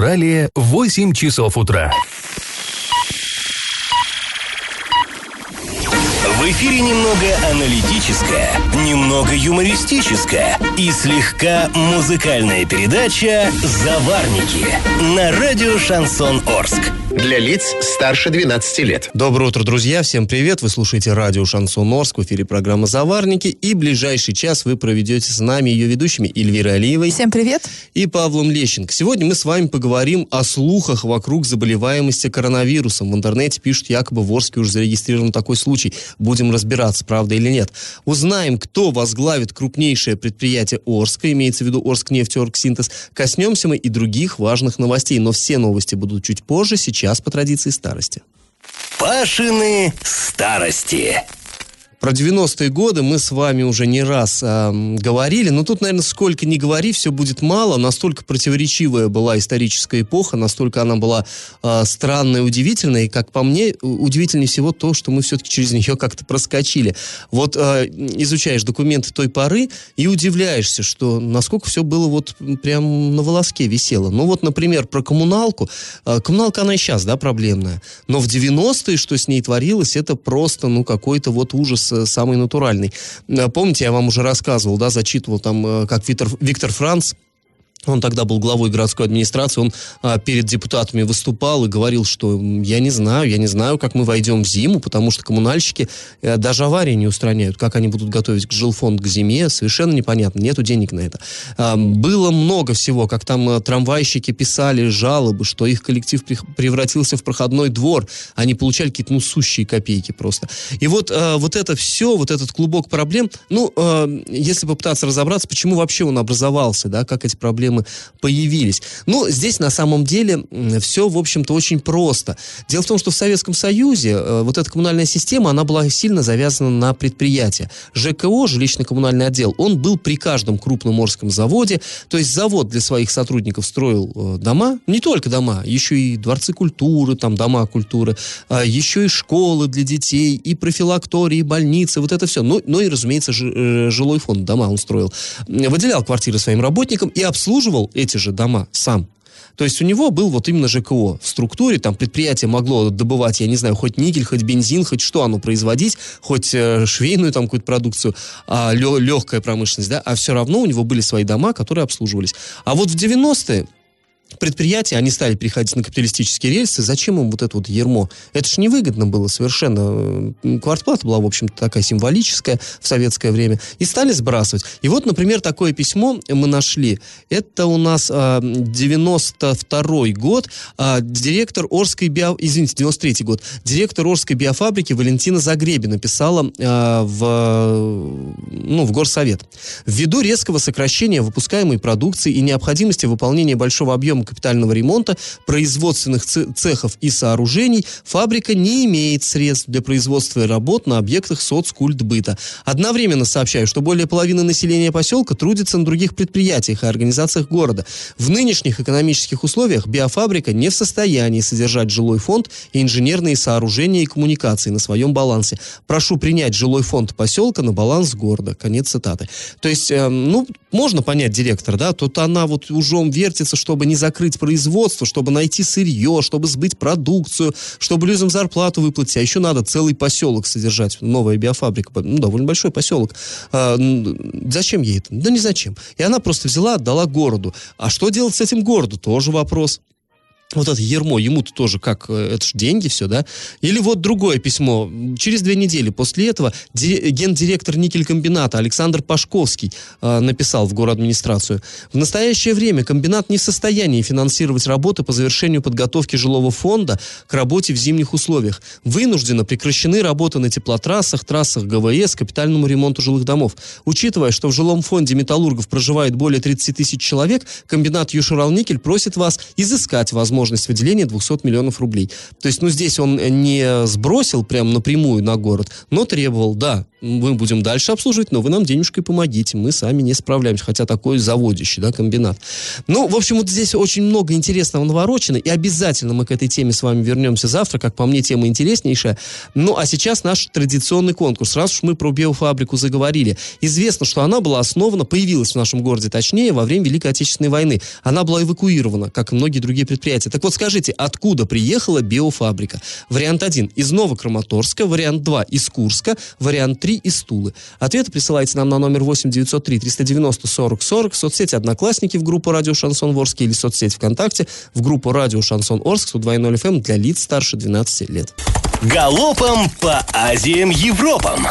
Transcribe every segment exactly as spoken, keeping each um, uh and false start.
Австралия, восемь часов утра. В эфире немного аналитическая, немного юмористическая и слегка музыкальная передача «Заварники» на радио «Шансон Орск». Для лиц старше двенадцати лет. Доброе утро, друзья. Всем привет. Вы слушаете радио «Шансон Орск». В эфире программа «Заварники». И ближайший час вы проведете с нами, ее ведущими, Эльвирой Алиевой. Всем привет. И Павлом Лещенко. Сегодня мы с вами поговорим о слухах вокруг заболеваемости коронавирусом. В интернете пишут, якобы в Орске уже зарегистрирован такой случай. Будем разбираться, правда или нет. Узнаем, кто возглавит крупнейшее предприятие Орска, имеется в виду Орскнефть-Оргсинтез. Коснемся мы и других важных новостей. Но все новости будут чуть позже, сейчас по традиции старости. Пашины старости. Про девяностые годы мы с вами уже не раз э, говорили, но тут, наверное, сколько ни говори, все будет мало. Настолько противоречивая была историческая эпоха, настолько она была э, странная и удивительная. И, как по мне, удивительнее всего то, что мы все-таки через нее как-то проскочили. Вот э, изучаешь документы той поры и удивляешься, что насколько все было вот прям на волоске висело. Ну вот, например, про коммуналку. Э, коммуналка, она и сейчас, да, проблемная. Но в девяностые, что с ней творилось, это просто, ну, какой-то вот ужас самый натуральный. Помните, я вам уже рассказывал, да, зачитывал там, как Виктор, Виктор Франц, он тогда был главой городской администрации, он а, перед депутатами выступал и говорил, что я не знаю, я не знаю, как мы войдем в зиму, потому что коммунальщики а, даже аварии не устраняют. Как они будут готовить к жилфонд к зиме, совершенно непонятно, нету денег на это. А, было много всего, как там а, трамвайщики писали жалобы, что их коллектив при, превратился в проходной двор, они получали какие-то, ну, сущие копейки просто. И вот, а, вот это все, вот этот клубок проблем, ну, а, если попытаться разобраться, почему вообще он образовался, да, как эти проблемы появились. Ну, здесь на самом деле все, в общем-то, очень просто. Дело в том, что в Советском Союзе э, вот эта коммунальная система, она была сильно завязана на предприятия. ЖКО, жилищно-коммунальный отдел, он был при каждом крупном орском заводе, то есть завод для своих сотрудников строил э, дома, не только дома, еще и дворцы культуры, там дома культуры, э, еще и школы для детей, и профилактории, и больницы, вот это все. Ну, ну и, разумеется, ж, э, жилой фонд, дома он строил. Выделял квартиры своим работникам и обслуживал эти же дома сам. То есть у него был вот именно ЖКО в структуре, там предприятие могло добывать, я не знаю, хоть никель, хоть бензин, хоть что оно производить, хоть э, швейную там какую-то продукцию, а, лё, легкая промышленность, да, а все равно у него были свои дома, которые обслуживались. А вот в девяностые предприятия, они стали переходить на капиталистические рельсы. Зачем им вот это вот ярмо? Это ж невыгодно было совершенно. Квартплата была, в общем-то, такая символическая в советское время. И стали сбрасывать. И вот, например, такое письмо мы нашли. Это у нас а, девяносто второй год. А, директор Орской био... Извините, девяносто третий год. Директор Орской биофабрики Валентина Загребина писала а, в, ну, в Горсовет. Ввиду резкого сокращения выпускаемой продукции и необходимости выполнения большого объема капитального ремонта производственных цехов и сооружений, фабрика не имеет средств для производства и работ на объектах соцкультбыта. Одновременно сообщаю, что более половины населения поселка трудится на других предприятиях и организациях города. В нынешних экономических условиях биофабрика не в состоянии содержать жилой фонд и инженерные сооружения и коммуникации на своем балансе. Прошу принять жилой фонд поселка на баланс города. Конец цитаты. То есть, э, ну, можно понять директора, да, тут она вот ужом вертится, чтобы не закрыть производство, чтобы найти сырье, чтобы сбыть продукцию, чтобы людям зарплату выплатить, а еще надо целый поселок содержать, новая биофабрика, ну, довольно большой поселок. А, зачем ей это? Да не зачем. И она просто взяла, отдала городу. А что делать с этим городом? Тоже вопрос. Вот это ярмо, ему-то тоже как, это ж деньги все, да? Или вот другое письмо. Через две недели после этого ди- гендиректор никелькомбината Александр Пашковский э, написал в городадминистрацию. В настоящее время комбинат не в состоянии финансировать работы по завершению подготовки жилого фонда к работе в зимних условиях. Вынужденно прекращены работы на теплотрассах, трассах ГВС, капитальному ремонту жилых домов. Учитывая, что в жилом фонде металлургов проживает более тридцать тысяч человек, комбинат Южуралникель просит вас изыскать возможность возможность выделения двухсот миллионов рублей. То есть, ну, здесь он не сбросил прям напрямую на город, но требовал, да, мы будем дальше обслуживать, но вы нам денежкой помогите, мы сами не справляемся, хотя такой заводящий, да, комбинат. Ну, в общем, вот здесь очень много интересного наворочено, и обязательно мы к этой теме с вами вернемся завтра, как по мне, тема интереснейшая. Ну, а сейчас наш традиционный конкурс. Раз уж мы про биофабрику заговорили, известно, что она была основана, появилась в нашем городе, точнее, во время Великой Отечественной войны. Она была эвакуирована, как и многие другие предприятия. Так вот, скажите, откуда приехала биофабрика? Вариант один – из Новокраматорска, вариант два – из Курска, вариант три – из Тулы. Ответы присылайте нам на номер восемь девятьсот три триста девяносто сорок сорок, в соцсети «Одноклассники» в группу «Радио Шансон Орск» или соцсеть ВКонтакте в группу «Радио Шансон Орск» сто два ноль эф эм для лиц старше двенадцати лет. Галопом по Азиям Европам!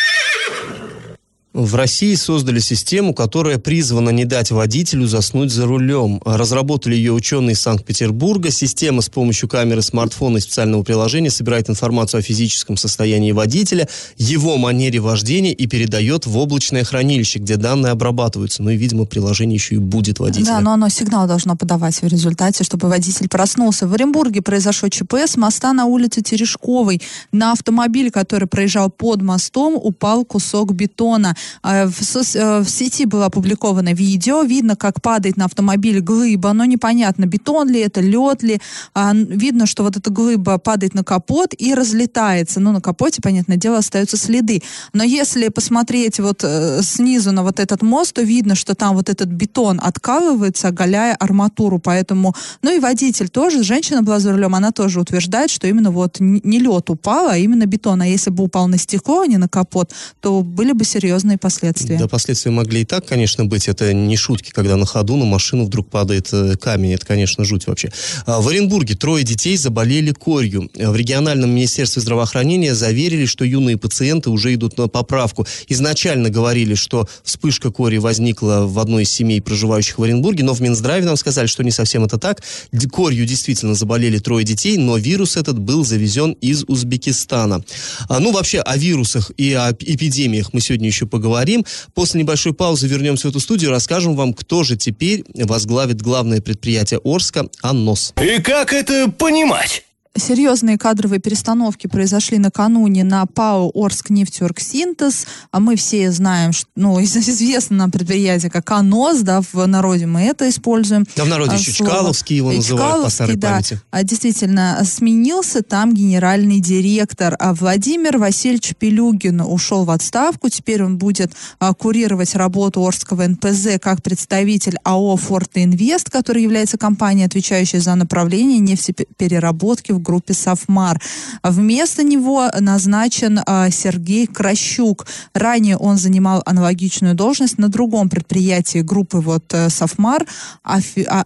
В России создали систему, которая призвана не дать водителю заснуть за рулем. Разработали ее ученые из Санкт-Петербурга. Система с помощью камеры смартфона и специального приложения собирает информацию о физическом состоянии водителя, его манере вождения и передает в облачное хранилище, где данные обрабатываются. Ну и, видимо, приложение еще и будет водителя. Да, но оно сигнал должно подавать в результате, чтобы водитель проснулся. В Оренбурге произошло ЧП с моста на улице Терешковой. На автомобиль, который проезжал под мостом, упал кусок бетона. В, со- в сети было опубликовано видео, видно, как падает на автомобиль глыба, но непонятно, бетон ли это, лед ли. А, видно, что вот эта глыба падает на капот и разлетается. Ну, на капоте, понятное дело, остаются следы. Но если посмотреть вот э, снизу на вот этот мост, то видно, что там вот этот бетон откалывается, оголяя арматуру. Поэтому, ну и водитель тоже, женщина была за рулем, она тоже утверждает, что именно вот не лед упал, а именно бетон. А если бы упал на стекло, а не на капот, то были бы серьезные последствия. Да, последствия могли и так, конечно, быть. Это не шутки, когда на ходу на машину вдруг падает э, камень. Это, конечно, жуть вообще. А, в Оренбурге трое детей заболели корью. В региональном министерстве здравоохранения заверили, что юные пациенты уже идут на поправку. Изначально говорили, что вспышка кори возникла в одной из семей, проживающих в Оренбурге, но в Минздраве нам сказали, что не совсем это так. Корью действительно заболели трое детей, но вирус этот был завезен из Узбекистана. А, ну, вообще, о вирусах и о эпидемиях мы сегодня еще поговорим. После небольшой паузы вернемся в эту студию, расскажем вам, кто же теперь возглавит главное предприятие Орска АНОС. И как это понимать? Серьезные кадровые перестановки произошли накануне на ПАО «Орскнефтеоргсинтез». А мы все знаем, что, ну, известно нам предприятие как АНОС, да, в народе мы это используем. Да, в народе еще Чкаловский его называют по старой да, памяти. Действительно, сменился там генеральный директор. А Владимир Васильевич Пелюгин ушел в отставку. Теперь он будет а, курировать работу Орского эн пэ зэ как представитель АО «Форте-Инвест», который является компанией, отвечающей за направление нефтепереработки в группе «Сафмар». Вместо него назначен а, Сергей Кращук. Ранее он занимал аналогичную должность на другом предприятии группы вот «Сафмар», Афи, а,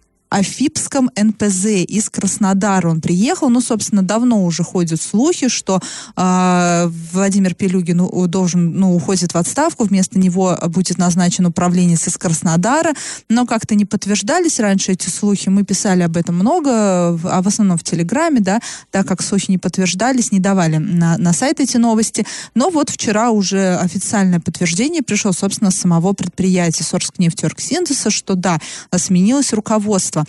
Афипском эн пэ зэ из Краснодара он приехал. Ну, собственно, давно уже ходят слухи, что э, Владимир Пелюгин должен, ну, уходит в отставку, вместо него будет назначен управленец из Краснодара, но как-то не подтверждались раньше эти слухи. Мы писали об этом много, а в основном в Телеграме, да, так как слухи не подтверждались, не давали на, на сайт эти новости. Но вот вчера уже официальное подтверждение пришло, собственно, с самого предприятия Орскнефтеоргсинтеза, что да, сменилось руководство.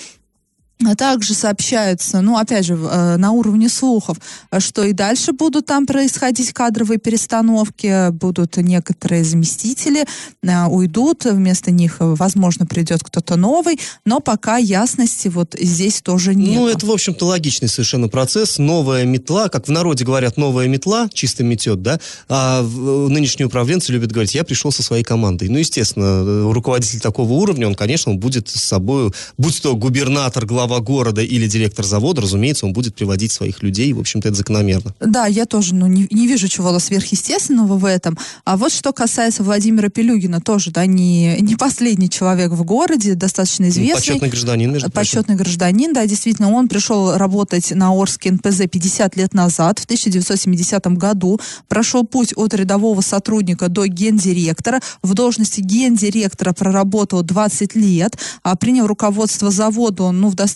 А также сообщается, ну, опять же, на уровне слухов, что и дальше будут там происходить кадровые перестановки, будут некоторые заместители, уйдут, вместо них, возможно, придет кто-то новый, но пока ясности вот здесь тоже нет. Ну, это, в общем-то, логичный совершенно процесс. Новая метла, как в народе говорят, новая метла чисто метет, да, а нынешние управленцы любят говорить, я пришел со своей командой. Ну, естественно, руководитель такого уровня, он, конечно, он будет с собой, будь то губернатор, глава города или директор завода, разумеется, он будет приводить своих людей, в общем-то, это закономерно. Да, я тоже, ну, не, не вижу чего-то сверхъестественного в этом. А вот что касается Владимира Пелюгина, тоже, да, не, не последний человек в городе, достаточно известный. Почетный гражданин, между прочим. Почетный гражданин, да, действительно, он пришел работать на Орский эн пэ зэ пятьдесят лет назад, в тысяча девятьсот семидесятом году, прошел путь от рядового сотрудника до гендиректора, в должности гендиректора проработал двадцать лет, а принял руководство завода он, ну, в достаточно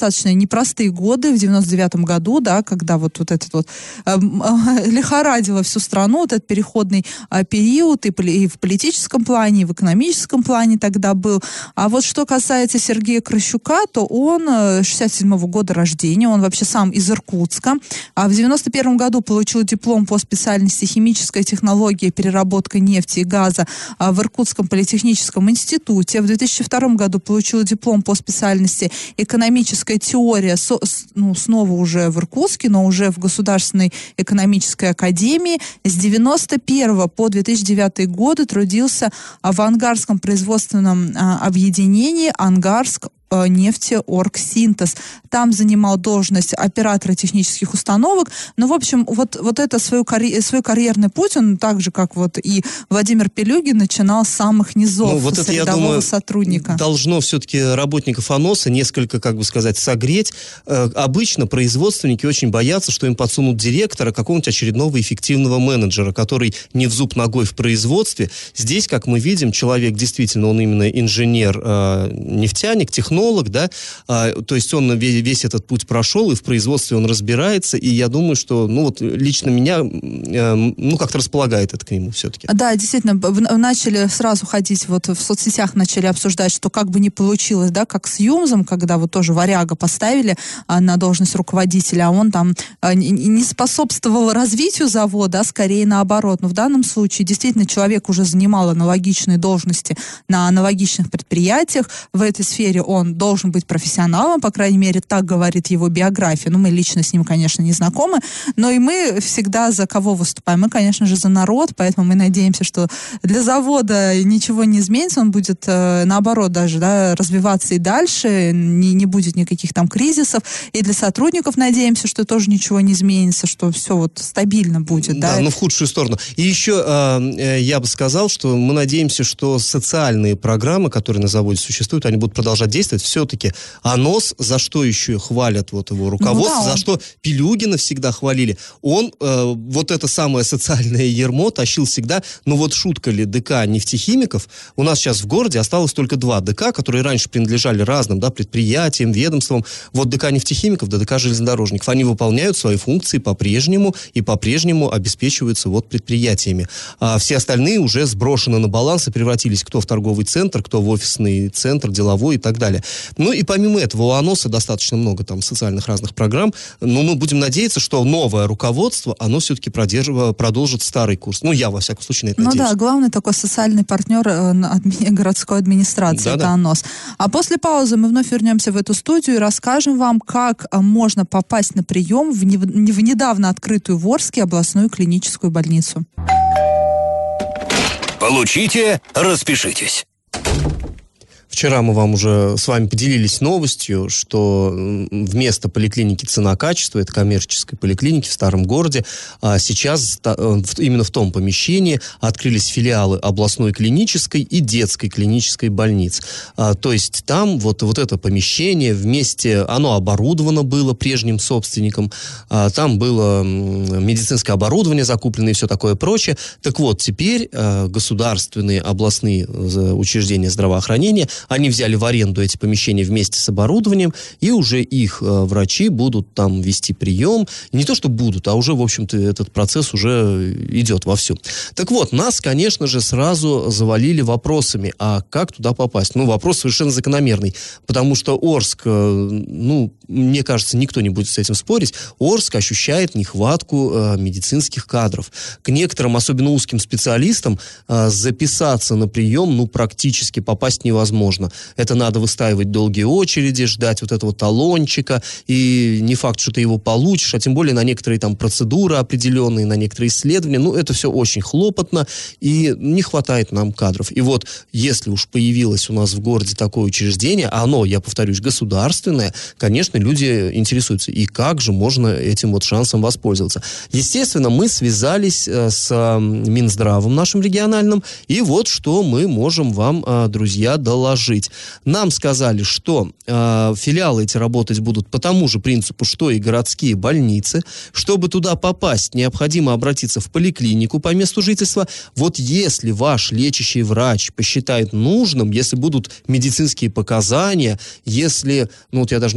достаточно непростые годы в девяносто девятом году, да, когда вот, вот этот вот э, э, лихорадило всю страну, вот этот переходный э, период и, и в политическом плане, и в экономическом плане тогда был. А вот что касается Сергея Кращука, то он э, шестьдесят седьмого года рождения, он вообще сам из Иркутска. А в девяносто первом году получил диплом по специальности химическая технология переработка нефти и газа э, в Иркутском политехническом институте. В две тысячи втором году получил диплом по специальности экономическая теория, со, ну, снова уже в Иркутске, но уже в Государственной экономической академии. С девяносто первого по две тысячи девятый годы трудился в Ангарском производственном а, объединении «Ангарск нефтеоргсинтез». Там занимал должность оператора технических установок. Ну, в общем, вот, вот это свою карь... свой карьерный путь, он так же, как вот и Владимир Пелюгин, начинал с самых низов, ну, вот с это, рядового я думаю, сотрудника. Должно все-таки работников АНОСа несколько, как бы сказать, согреть. Э, обычно производственники очень боятся, что им подсунут директора, какого-нибудь очередного эффективного менеджера, который не в зуб ногой в производстве. Здесь, как мы видим, человек действительно, он именно инженер, э, нефтяник, технолог, да, а, то есть он весь, весь этот путь прошел, и в производстве он разбирается, и я думаю, что, ну вот, лично меня, э, ну, как-то располагает это к нему все-таки. Да, действительно, начали сразу ходить, вот в соцсетях начали обсуждать, что как бы не получилось, да, как с Юмзом, когда вот тоже варяга поставили а, на должность руководителя, а он там а, не, не способствовал развитию завода, а скорее наоборот. Но в данном случае действительно человек уже занимал аналогичные должности на аналогичных предприятиях, в этой сфере он должен быть профессионалом, по крайней мере, так говорит его биография. Ну, мы лично с ним, конечно, не знакомы, но и мы всегда за кого выступаем? Мы, конечно же, за народ, поэтому мы надеемся, что для завода ничего не изменится, он будет, э, наоборот, даже, да, развиваться и дальше, не, не будет никаких там кризисов, и для сотрудников надеемся, что тоже ничего не изменится, что все вот стабильно будет. Да, да, но в худшую сторону. И еще э, я бы сказал, что мы надеемся, что социальные программы, которые на заводе существуют, они будут продолжать действовать. Все-таки АНОС, за что еще хвалят вот его руководство, ну, да, за что Пелюгина всегда хвалили, он э, вот это самое социальное ярмо тащил всегда. Ну вот шутка ли, ДК нефтехимиков, у нас сейчас в городе осталось только два ДК, которые раньше принадлежали разным, да, предприятиям, ведомствам. Вот ДК нефтехимиков, да, ДК железнодорожников, они выполняют свои функции по-прежнему и по-прежнему обеспечиваются вот предприятиями. А все остальные уже сброшены на баланс и превратились кто в торговый центр, кто в офисный центр, деловой и так далее. Ну и помимо этого у АНОСа достаточно много там социальных разных программ, но мы будем надеяться, что новое руководство, оно все-таки продолжит старый курс. Ну, я, во всяком случае, на это ну надеюсь. Ну да, главный такой социальный партнер э, адми- городской администрации, да, это да. АНОС. А после паузы мы вновь вернемся в эту студию и расскажем вам, как э, можно попасть на прием в, не- в недавно открытую в Орске областную клиническую больницу. Получите, распишитесь. Вчера мы вам уже с вами поделились новостью, что вместо поликлиники «Цена-качество», это коммерческой поликлиники в старом городе, сейчас именно в том помещении открылись филиалы областной клинической и детской клинической больниц. То есть там вот, вот это помещение вместе, оно оборудовано было прежним собственником, там было медицинское оборудование закуплено и все такое прочее. Так вот, теперь государственные областные учреждения здравоохранения, они взяли в аренду эти помещения вместе с оборудованием, и уже их э, врачи будут там вести прием. Не то, что будут, а уже, в общем-то, этот процесс уже идет вовсю. Так вот, нас, конечно же, сразу завалили вопросами, а как туда попасть? Ну, вопрос совершенно закономерный, потому что Орск, э, ну, мне кажется, никто не будет с этим спорить, Орск ощущает нехватку э, медицинских кадров. К некоторым, особенно узким специалистам, э, записаться на прием, ну, практически попасть невозможно. Это надо выстаивать долгие очереди, ждать вот этого талончика, и не факт, что ты его получишь, а тем более на некоторые там процедуры определенные, на некоторые исследования. Ну, это все очень хлопотно, и не хватает нам кадров. И вот, если уж появилось у нас в городе такое учреждение, а оно, я повторюсь, государственное, конечно, люди интересуются, и как же можно этим вот шансом воспользоваться. Естественно, мы связались с Минздравом нашим региональным, и вот что мы можем вам, друзья, доложить. Нам сказали, что э, филиалы эти работать будут по тому же принципу, что и городские больницы. Чтобы туда попасть, необходимо обратиться в поликлинику по месту жительства. Вот если ваш лечащий врач посчитает нужным, если будут медицинские показания, если, ну вот я даже не знаю, как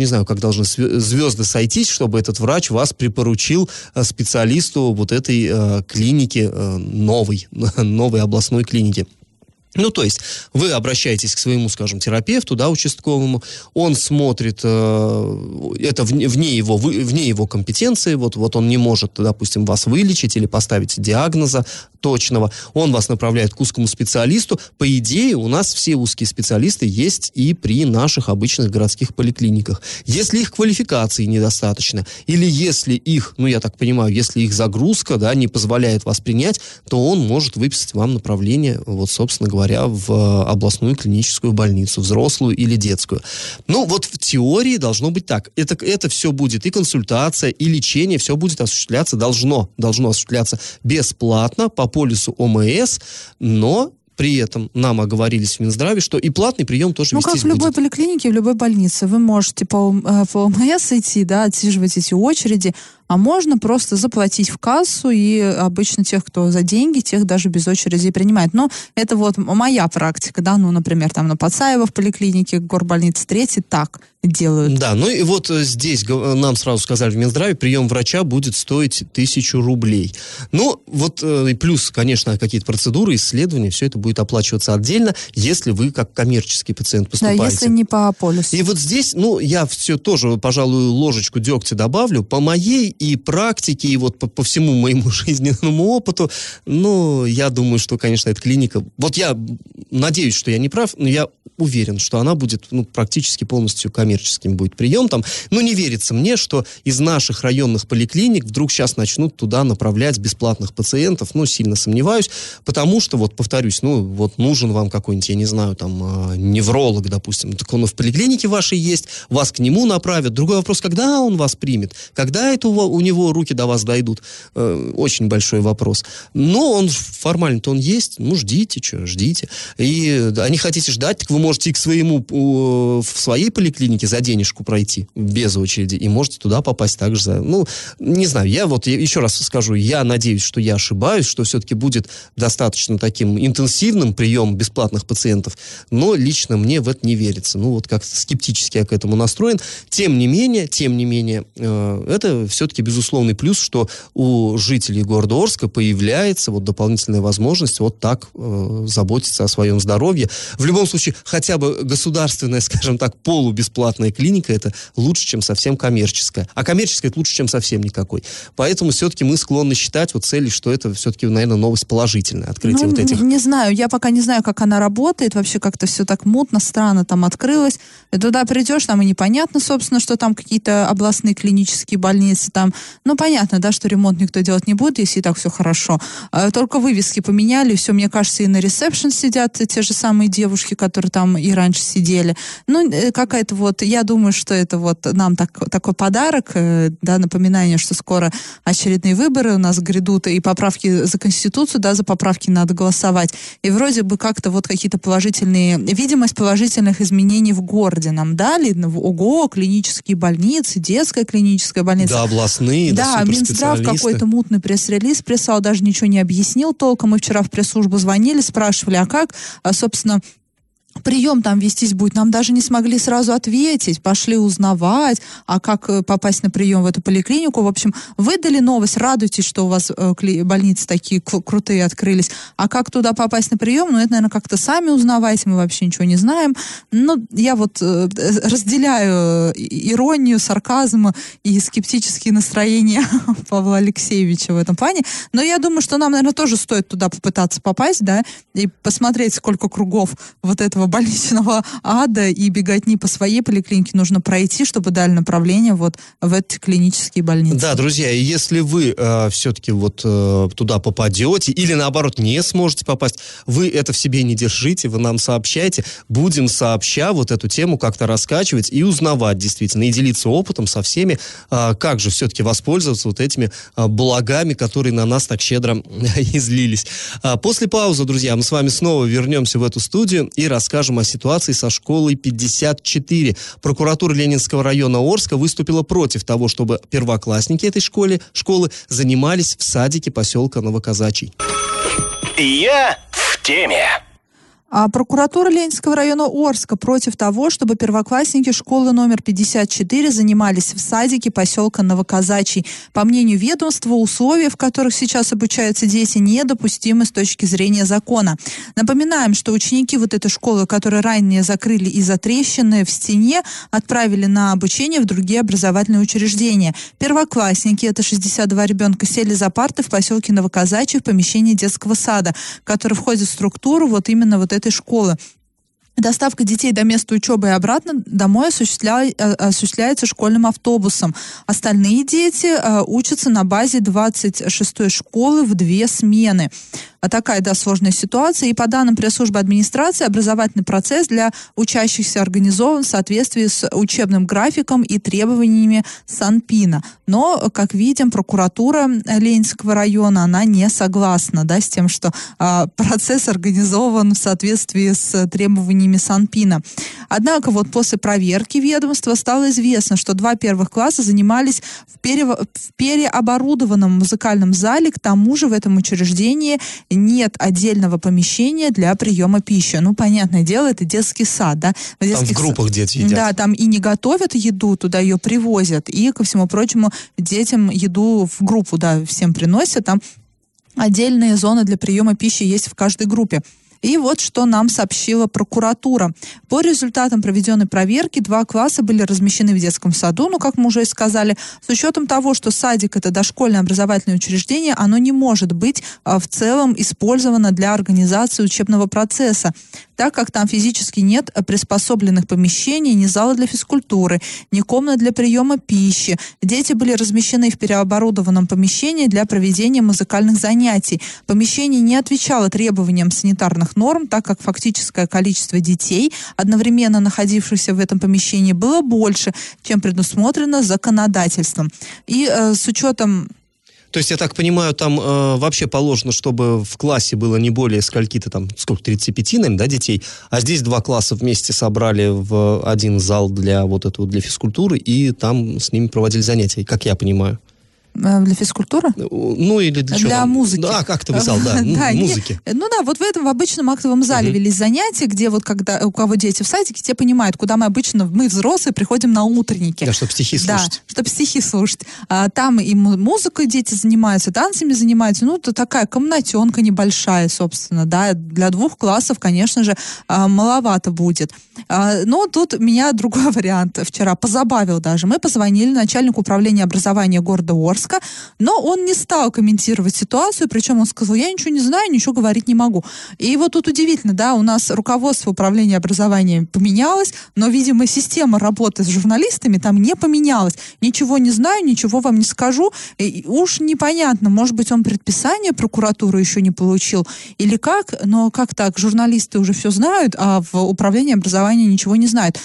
должны звезды сойтись, чтобы этот врач вас припоручил специалисту вот этой э, клиники, э, новой, новой областной клиники. Ну, то есть, вы обращаетесь к своему, скажем, терапевту, да, участковому, он смотрит, э, это вне, вне, его, вне его компетенции, вот, вот он не может, допустим, вас вылечить или поставить диагноза точного, он вас направляет к узкому специалисту. По идее, у нас все узкие специалисты есть и при наших обычных городских поликлиниках. Если их квалификации недостаточно, или если их, ну, я так понимаю, если их загрузка, да, не позволяет вас принять, то он может выписать вам направление, вот, собственно говоря, говоря, в областную клиническую больницу, взрослую или детскую. Ну, вот в теории должно быть так. Это, это все будет и консультация, и лечение, все будет осуществляться, должно, должно осуществляться бесплатно по полису ОМС, но при этом нам оговорились в Минздраве, что и платный прием тоже ну, вестись будет. Ну, как в любой поликлинике, в любой больнице. Вы можете по, по ОМС идти, да, отсиживать эти очереди, а можно просто заплатить в кассу, и обычно тех, кто за деньги, тех даже без очереди принимает. Но это вот моя практика, да, ну, например, там на Пацаева в поликлинике, горбольнице третьей так делают. Да, ну и вот здесь нам сразу сказали в Минздраве, прием врача будет стоить тысячу рублей. Ну, вот и плюс, конечно, какие-то процедуры, исследования, все это будет оплачиваться отдельно, если вы как коммерческий пациент поступаете. Да, если не по полису. И вот здесь, ну, я все тоже, пожалуй, ложечку дегтя добавлю. По моей и практике, и вот по, по всему моему жизненному опыту, ну, я думаю, что, конечно, эта клиника... Вот я надеюсь, что я не прав, но я уверен, что она будет, ну, практически полностью коммерческим будет прием там. Ну, не верится мне, что из наших районных поликлиник вдруг сейчас начнут туда направлять бесплатных пациентов. Ну, сильно сомневаюсь, потому что, вот, повторюсь, ну, вот нужен вам какой-нибудь, я не знаю, там, невролог, допустим. Так он в поликлинике вашей есть, вас к нему направят. Другой вопрос, когда он вас примет? Когда это у, у него руки до вас дойдут? Э, очень большой вопрос. Но он формально-то он есть. Ну, ждите, что, ждите. И да, не хотите ждать, так вы можете и к своему, в своей поликлинике за денежку пройти без очереди, и можете туда попасть также за... Ну, не знаю, я вот я еще раз скажу, я надеюсь, что я ошибаюсь, что все-таки будет достаточно таким интенсивным прием бесплатных пациентов, но лично мне в это не верится. Ну, вот как-то скептически я к этому настроен. Тем не менее, тем не менее, э, это все-таки безусловный плюс, что у жителей города Орска появляется вот дополнительная возможность вот так э, заботиться о своем здоровье. В любом случае, хотя бы государственная, скажем так, полубесплатная клиника, это лучше, чем совсем коммерческая. А коммерческая это лучше, чем совсем никакой. Поэтому все-таки мы склонны считать вот целью, что это все-таки, наверное, новость положительная. Открытие ну, вот этих... Не знаю, я пока не знаю, как она работает. Вообще как-то все так мутно, странно там открылось. И туда придешь, там и непонятно, собственно, что там какие-то областные клинические больницы там. Ну, понятно, да, что ремонт никто делать не будет, если и так все хорошо. Только вывески поменяли, все, мне кажется, и на ресепшн сидят те же самые девушки, которые там и раньше сидели. Ну, какая-то вот, я думаю, что это вот нам так, такой подарок, да, напоминание, что скоро очередные выборы у нас грядут, и поправки за Конституцию, да, за поправки надо голосовать. И вроде бы как-то вот какие-то положительные, видимость положительных изменений в городе нам дали. Ого, клинические больницы, детская клиническая больница. Да, областные, да, да, Минздрав какой-то мутный пресс-релиз прислал, даже ничего не объяснил толком. Мы вчера в пресс-службу звонили, спрашивали, а как, собственно, прием там вестись будет, нам даже не смогли сразу ответить, пошли узнавать, а как попасть на прием в эту поликлинику. В общем, выдали новость, радуйтесь, что у вас э, больницы такие к- крутые открылись, а как туда попасть на прием, ну, это, наверное, как-то сами узнавайте, мы вообще ничего не знаем. Ну, я вот э, разделяю иронию, сарказм и скептические настроения Павла Алексеевича в этом плане, но я думаю, что нам, наверное, тоже стоит туда попытаться попасть, да, и посмотреть, сколько кругов вот этого больничного ада и беготни по своей поликлинике нужно пройти, чтобы дали направление вот в эти клинические больницы. Да, друзья, если вы э, все-таки вот э, туда попадете или, наоборот, не сможете попасть, вы это в себе не держите, вы нам сообщайте, будем сообща вот эту тему как-то раскачивать и узнавать действительно, и делиться опытом со всеми, э, как же все-таки воспользоваться вот этими э, благами, которые на нас так щедро излились. А после паузы, друзья, мы с вами снова вернемся в эту студию и расскажем Скажем о ситуации со школой пятьдесят четыре. Прокуратура Ленинского района Орска выступила против того, чтобы первоклассники этой школы, школы занимались в садике поселка Новоказачий. Я в теме. А прокуратура Ленинского района Орска против того, чтобы первоклассники школы номер пятьдесят четыре занимались в садике поселка Новоказачий. По мнению ведомства, условия, в которых сейчас обучаются дети, недопустимы с точки зрения закона. Напоминаем, что ученики вот этой школы, которые ранее закрыли из-за трещины в стене, отправили на обучение в другие образовательные учреждения. Первоклассники, это шестьдесят два ребенка, сели за парты в поселке Новоказачий в помещении детского сада, который входит в структуру вот именно вот этой школы. Доставка детей до места учебы и обратно домой осуществля... осуществляется школьным автобусом. Остальные дети э, учатся на базе двадцать шестой школы в две смены. А такая, да, сложная ситуация. И по данным пресс-службы администрации, образовательный процесс для учащихся организован в соответствии с учебным графиком и требованиями Санпина. Но, как видим, прокуратура Ленинского района, она не согласна, да, с тем, что а, процесс организован в соответствии с требованиями Санпина. Однако вот после проверки ведомства стало известно, что два первых класса занимались в, пере... в переоборудованном музыкальном зале. К тому же в этом учреждении нет отдельного помещения для приема пищи. Ну, понятное дело, это детский сад, да. В там в группах дети едят. Да, там и не готовят еду, туда ее привозят, и, ко всему прочему, детям еду в группу, да, всем приносят. Там отдельные зоны для приема пищи есть в каждой группе. И вот что нам сообщила прокуратура. По результатам проведенной проверки два класса были размещены в детском саду, ну, как мы уже и сказали, с учетом того, что садик — это дошкольное образовательное учреждение, оно не может быть а, в целом использовано для организации учебного процесса, так как там физически нет приспособленных помещений, ни зала для физкультуры, ни комнат для приема пищи. Дети были размещены в переоборудованном помещении для проведения музыкальных занятий. Помещение не отвечало требованиям санитарных норм, так как фактическое количество детей, одновременно находившихся в этом помещении, было больше, чем предусмотрено законодательством. И э, с учетом... То есть, я так понимаю, там э, вообще положено, чтобы в классе было не более скольки-то там, сколько, тридцать пять, наверное, да, детей, а здесь два класса вместе собрали в один зал для вот этого, для физкультуры, и там с ними проводили занятия, как я понимаю. Для физкультуры? Ну, или для чего? Для там? музыки. Да, актовый зал, да, да музыки. Не, ну да, вот в этом в обычном актовом зале uh-huh. велись занятия, где вот когда у кого дети в садике, те понимают, куда мы обычно, мы взрослые, приходим на утренники. Да, чтобы стихи слушать. Да, чтобы стихи слушать. А, там и музыкой дети занимаются, танцами занимаются. Ну, это такая комнатенка небольшая, собственно, да. Для двух классов, конечно же, маловато будет. А, но тут меня другой вариант вчера позабавил даже. Мы позвонили начальнику управления образования города Орска, но он не стал комментировать ситуацию, причем он сказал, я ничего не знаю, ничего говорить не могу. И вот тут удивительно, да, у нас руководство управления образованием поменялось, но, видимо, система работы с журналистами там не поменялась. Ничего не знаю, ничего вам не скажу. И уж непонятно, может быть, он предписание прокуратуры еще не получил или как, но как так, журналисты уже все знают, а в управлении образования ничего не знают.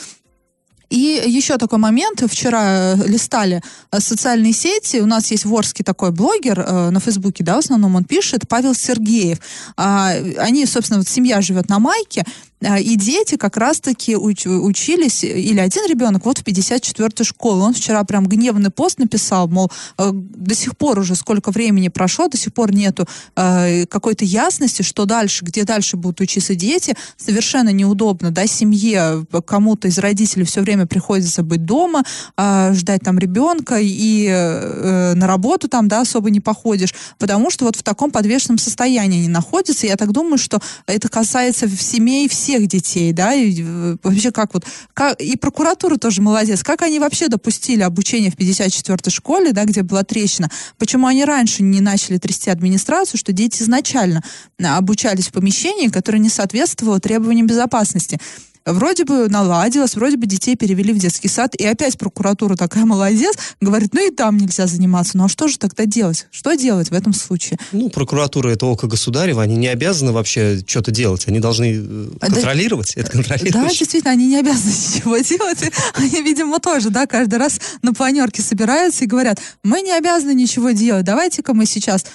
И еще такой момент. Вчера листали социальные сети. У нас есть в Орске такой блогер э, на Фейсбуке, да, в основном он пишет, Павел Сергеев. А, они, собственно, вот семья живет на Майке, и дети как раз-таки уч- учились, или один ребенок, вот в пятьдесят четвёртой школе. Он вчера прям гневный пост написал, мол, э, до сих пор уже сколько времени прошло, до сих пор нету э, какой-то ясности, что дальше, где дальше будут учиться дети. Совершенно неудобно, да, семье, кому-то из родителей все время приходится быть дома, э, ждать там ребенка, и э, на работу там, да, особо не походишь, потому что вот в таком подвешенном состоянии они находятся. Я так думаю, что это касается семей всех детей, да, и вообще как вот, как, и прокуратура тоже молодец, как они вообще допустили обучение в пятьдесят четвёртой школе, да, где была трещина, почему они раньше не начали трясти администрацию, что дети изначально обучались в помещении, которое не соответствовало требованиям безопасности. Вроде бы наладилось, вроде бы детей перевели в детский сад, и опять прокуратура такая молодец, говорит, ну и там нельзя заниматься. Ну а что же тогда делать? Что делать в этом случае? Ну, прокуратура — это око государева, они не обязаны вообще что-то делать, они должны контролировать. Да, это контролировать. Да, действительно, они не обязаны ничего делать. Они, видимо, тоже, да, каждый раз на планерке собираются и говорят, мы не обязаны ничего делать, давайте-ка мы сейчас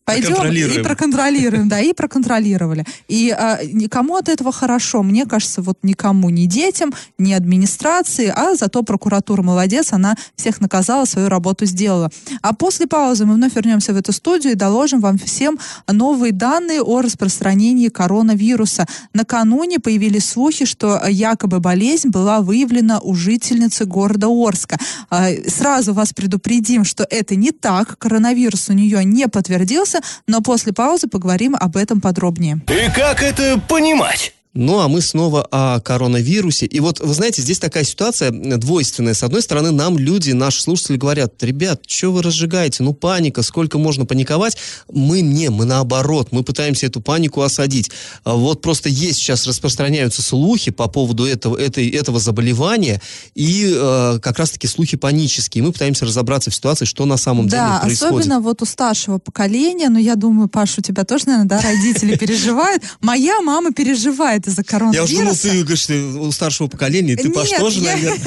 Пойдем и проконтролируем, да, и проконтролировали. И а, никому от этого хорошо. Мне кажется, вот никому, ни детям, ни администрации, а зато прокуратура молодец, она всех наказала, свою работу сделала. А после паузы мы вновь вернемся в эту студию и доложим вам всем новые данные о распространении коронавируса. Накануне появились слухи, что якобы болезнь была выявлена у жительницы города Орска. А, сразу вас предупредим, что это не так, коронавирус у нее не подтвердился, но после паузы поговорим об этом подробнее. И как это понимать? Ну, а мы снова о коронавирусе. И вот, вы знаете, здесь такая ситуация двойственная. С одной стороны, нам люди, наши слушатели говорят: ребят, что вы разжигаете? Ну, паника, сколько можно паниковать? Мы не, мы наоборот, мы пытаемся эту панику осадить. Вот просто есть сейчас, распространяются слухи по поводу этого, этой, этого заболевания, и э, как раз-таки слухи панические. Мы пытаемся разобраться в ситуации, что на самом да, деле происходит. Да, особенно вот у старшего поколения, ну, я думаю, Паша, у тебя тоже, наверное, да, родители переживают. Моя мама переживает из-за коронавируса. Я уже думал, ты говоришь, ты у старшего поколения, ты, Паш, тоже, я... наверное...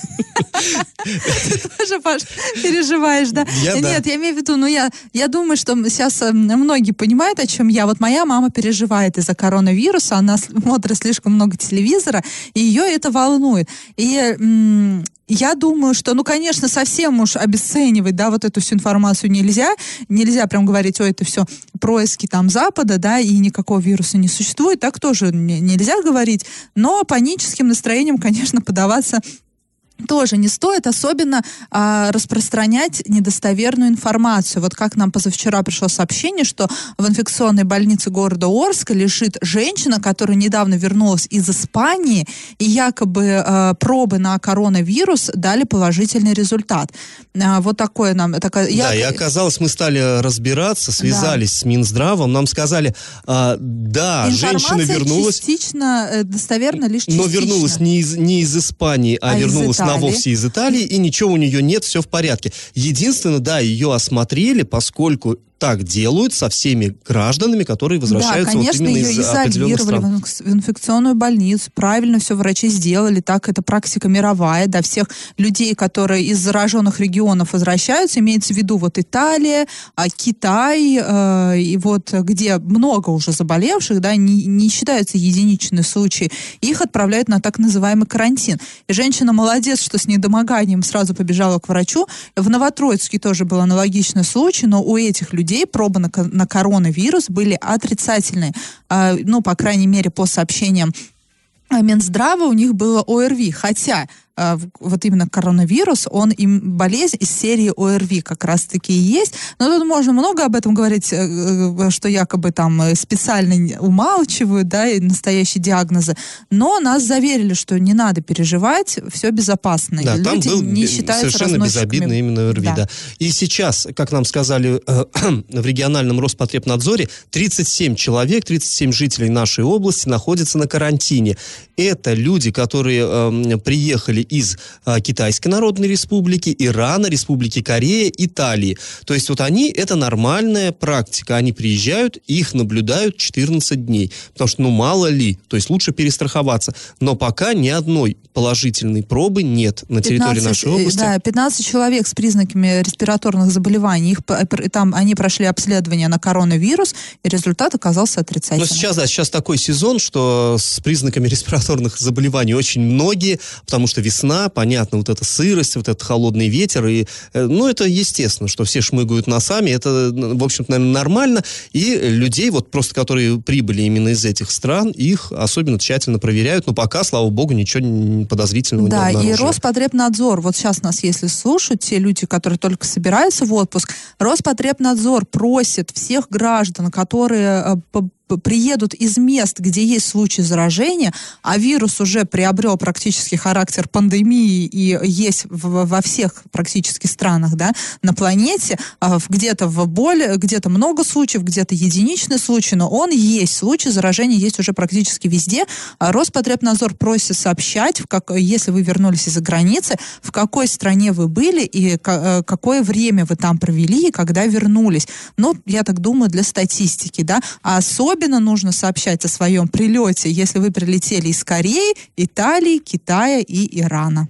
Ты тоже, Паш, переживаешь, да? Я, Нет, да. я имею в виду, ну, я, я думаю, что сейчас многие понимают, о чем я. Вот моя мама переживает из-за коронавируса, она смотрит слишком много телевизора, и ее это волнует. И... М- Я думаю, что, ну, конечно, совсем уж обесценивать, да, вот эту всю информацию нельзя. Нельзя прям говорить: ой, это все происки там Запада, да, и никакого вируса не существует. Так тоже не, нельзя говорить. Но паническим настроением, конечно, поддаваться тоже не стоит, особенно а, распространять недостоверную информацию. Вот как нам позавчера пришло сообщение, что в инфекционной больнице города Орска лежит женщина, которая недавно вернулась из Испании, и якобы а, пробы на коронавирус дали положительный результат. А, вот такое нам... Такая, да, я... и оказалось, мы стали разбираться, связались да. с Минздравом, нам сказали, а, да, информация женщина вернулась... частично достоверна, лишь частично. Но вернулась не из, не из Испании, а, а вернулась на вовсе из Италии, и ничего у нее нет, все в порядке. Единственное, да, ее осмотрели, поскольку так делают со всеми гражданами, которые возвращаются, да, конечно, вот именно из определенных стран. Ее изолировали в инфекционную больницу, правильно все врачи сделали, так это практика мировая, да, всех людей, которые из зараженных регионов возвращаются, имеется в виду вот Италия, Китай, э, и вот где много уже заболевших, да, не, не считаются единичные случаи, их отправляют на так называемый карантин. И женщина молодец, что с недомоганием сразу побежала к врачу. В Новотроицке тоже был аналогичный случай, но у этих людей пробы на, на коронавирус были отрицательные. А, ну, по крайней мере, по сообщениям Минздрава у них было ОРВИ. Хотя а, вот именно коронавирус, он им болезнь из серии ОРВИ как раз-таки и есть. Но тут можно много об этом говорить, что якобы там специально умалчивают, да, и настоящие диагнозы. Но нас заверили, что не надо переживать, все безопасно. Да, и там люди был не считаются совершенно безобидно именно ОРВИ, да. да. И сейчас, как нам сказали э, в региональном Роспотребнадзоре, тридцать семь человек, тридцать семь жителей нашей области находятся на карантине. Это люди, которые э, приехали из э, Китайской Народной Республики, Ирана, Республики Корея, Италии. То есть вот они, это нормальная практика. Они приезжают, их наблюдают четырнадцать дней. Потому что, ну, мало ли, то есть лучше перестраховаться. Но пока ни одной положительной пробы нет на территории пятнадцать, нашей области. Да, пятнадцать человек с признаками респираторных заболеваний. Их, там, они прошли обследование на коронавирус, и результат оказался отрицательным. Но сейчас, да, сейчас такой сезон, что с признаками респираторных заболеваний очень многие, потому что весна, понятно, вот эта сырость, вот этот холодный ветер, и, ну, это естественно, что все шмыгают носами, это, в общем-то, наверное, нормально, и людей, вот просто, которые прибыли именно из этих стран, их особенно тщательно проверяют, но пока, слава богу, ничего подозрительного да, не обнаружили. Да, и Роспотребнадзор, вот сейчас нас, если слушают, те люди, которые только собираются в отпуск, Роспотребнадзор просит всех граждан, которые приедут из мест, где есть случаи заражения, а вирус уже приобрел практически характер пандемии и есть в, во всех практически странах, да, на планете, где-то в более, где-то много случаев, где-то единичный случай, но он есть, случай заражения есть уже практически везде. Роспотребнадзор просит сообщать, в как, если вы вернулись из-за границы, в какой стране вы были и к, какое время вы там провели и когда вернулись. Ну, я так думаю, для статистики, да, а особенно Особенно нужно сообщать о своем прилете, если вы прилетели из Кореи, Италии, Китая и Ирана.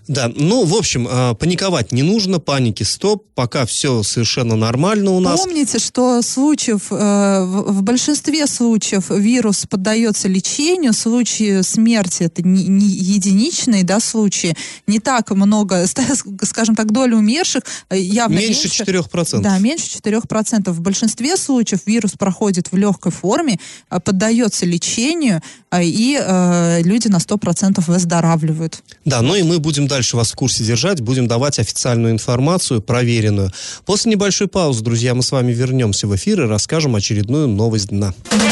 Да, ну, в общем, паниковать не нужно, паники стоп, пока все совершенно нормально у нас. Помните, что случаев, в большинстве случаев вирус поддается лечению, случаи смерти это не, не единичные, да, случаи, не так много, скажем так, доля умерших явно меньше. Меньше четырех процентов. Да, меньше четырех процентов. В большинстве случаев вирус проходит в легкой форме, поддается лечению, и э, люди на сто процентов выздоравливают. Да, ну и мы будем дальше вас в курсе держать, будем давать официальную информацию, проверенную. После небольшой паузы, друзья, мы с вами вернемся в эфир и расскажем очередную новость дна.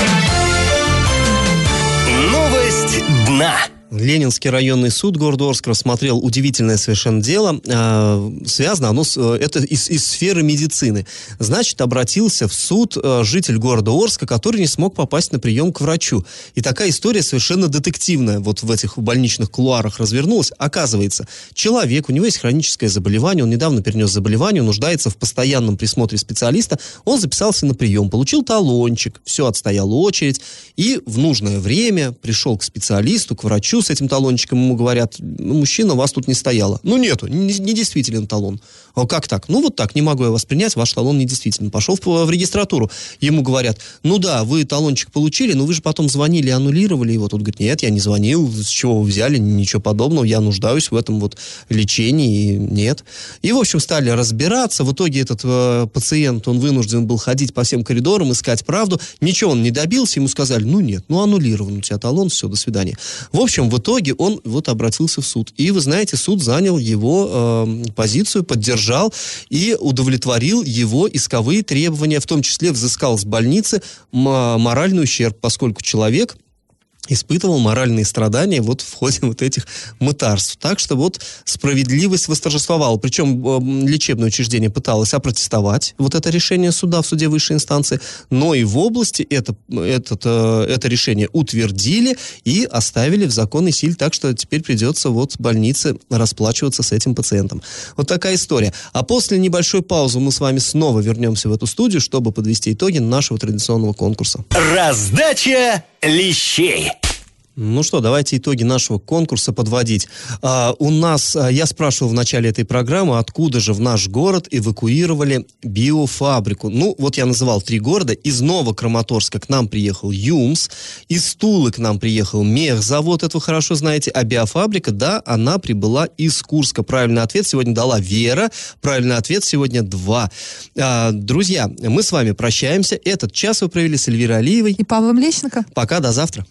Новость дна. Ленинский районный суд города Орск рассмотрел удивительное совершенно дело. Э, связано оно с, это из, из сферы медицины. Значит, обратился в суд э, житель города Орска, который не смог попасть на прием к врачу. И такая история совершенно детективная вот в этих больничных кулуарах развернулась. Оказывается, человек, у него есть хроническое заболевание, он недавно перенес заболевание, он нуждается в постоянном присмотре специалиста, он записался на прием, получил талончик, все, отстоял очередь, и в нужное время пришел к специалисту, к врачу, с этим талончиком ему говорят: ну, мужчина, у вас тут не стояло. Ну, нету, не, не действителен талон. А как так? Ну, вот так, не могу я вас принять, ваш талон не действителен. Пошел в, в регистратуру. Ему говорят: ну да, вы талончик получили, но вы же потом звонили и аннулировали его. Тут говорит: нет, я не звонил, с чего вы взяли, ничего подобного, я нуждаюсь в этом вот лечении, нет. И, в общем, стали разбираться. В итоге этот э, пациент, он вынужден был ходить по всем коридорам, искать правду. Ничего он не добился, ему сказали: ну нет, ну аннулирован у тебя талон, все, до свидания. В общем, в итоге он вот обратился в суд. И, вы знаете, суд занял его э, позицию, поддержал и удовлетворил его исковые требования, в том числе взыскал с больницы м- моральный ущерб, поскольку человек испытывал моральные страдания вот в ходе вот этих мытарств. Так что вот справедливость восторжествовала. Причем э, лечебное учреждение пыталось опротестовать вот это решение суда в суде высшей инстанции, но и в области это, этот, э, это решение утвердили и оставили в законной силе, так что теперь придется вот больнице расплачиваться с этим пациентом. Вот такая история. А после небольшой паузы мы с вами снова вернемся в эту студию, чтобы подвести итоги нашего традиционного конкурса. Раздача лещей. Ну что, давайте итоги нашего конкурса подводить. А, у нас, а, я спрашивал в начале этой программы, откуда же в наш город эвакуировали биофабрику. Ну, вот я называл три города. Из Новокраматорска к нам приехал ЮМС, из Тулы к нам приехал мехзавод, это вы хорошо знаете, а биофабрика, да, она прибыла из Курска. Правильный ответ сегодня дала Вера, правильный ответ сегодня два. А, друзья, мы с вами прощаемся. Этот час вы провели с Эльвирой Алиевой и Павлом Лещенко. Пока, до завтра.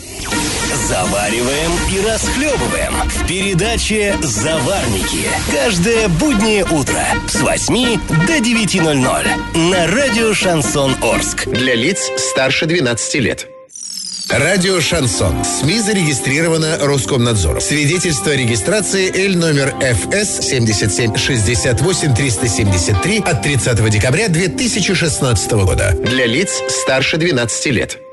Завариваем и расхлебываем в передаче «Заварники». Каждое буднее утро с восьми до девяти ноль-ноль на радио «Шансон Орск». Для лиц старше двенадцати лет. Радио «Шансон». СМИ зарегистрировано Роскомнадзором. Свидетельство о регистрации Л номер эф эс семьдесят семь шестьдесят восемь триста семьдесят три от тридцатого декабря две тысячи шестнадцатого года. Для лиц старше двенадцати лет.